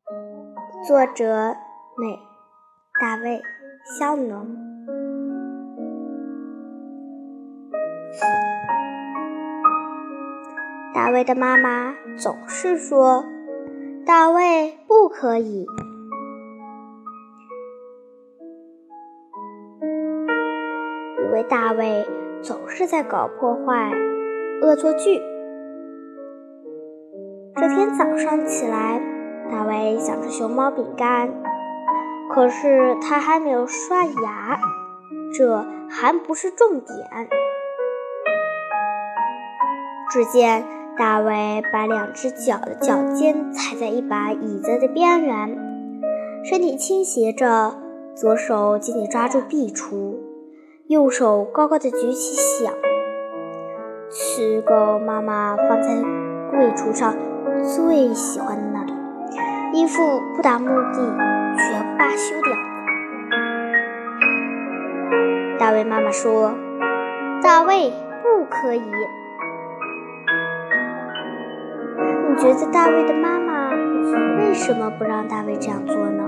作者美，大卫·肖农。大卫的妈妈总是说：“大卫不可以。”因为大卫总是在搞破坏、恶作剧。这天早上起来，大卫想吃熊猫饼干，可是他还没有刷牙，这还不是重点。只见大卫把2只脚的脚尖踩在一把椅子的边缘，身体倾斜着，左手紧紧抓住壁橱，右手高高的举起想吃个妈妈放在柜橱上最喜欢的那种，一副不达目的绝罢休的样子。大卫妈妈说：“大卫不可以。”你觉得大卫的妈妈为什么不让大卫这样做呢？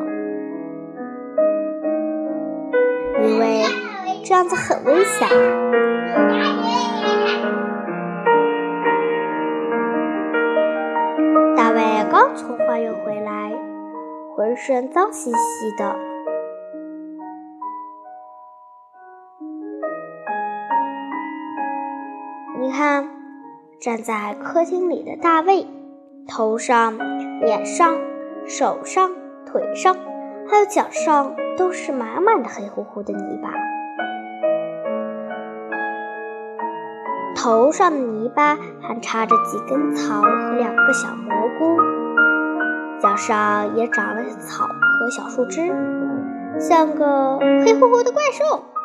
因为这样子很危险。大卫刚从花园回来，浑身脏兮兮的。你看，站在客厅里的大卫，头上、脸上、手上、腿上，还有脚上都是满满的黑乎乎的泥巴。头上的泥巴还插着几根草和2个小蘑菇，脚上也长了草和小树枝，像个黑乎乎的怪兽。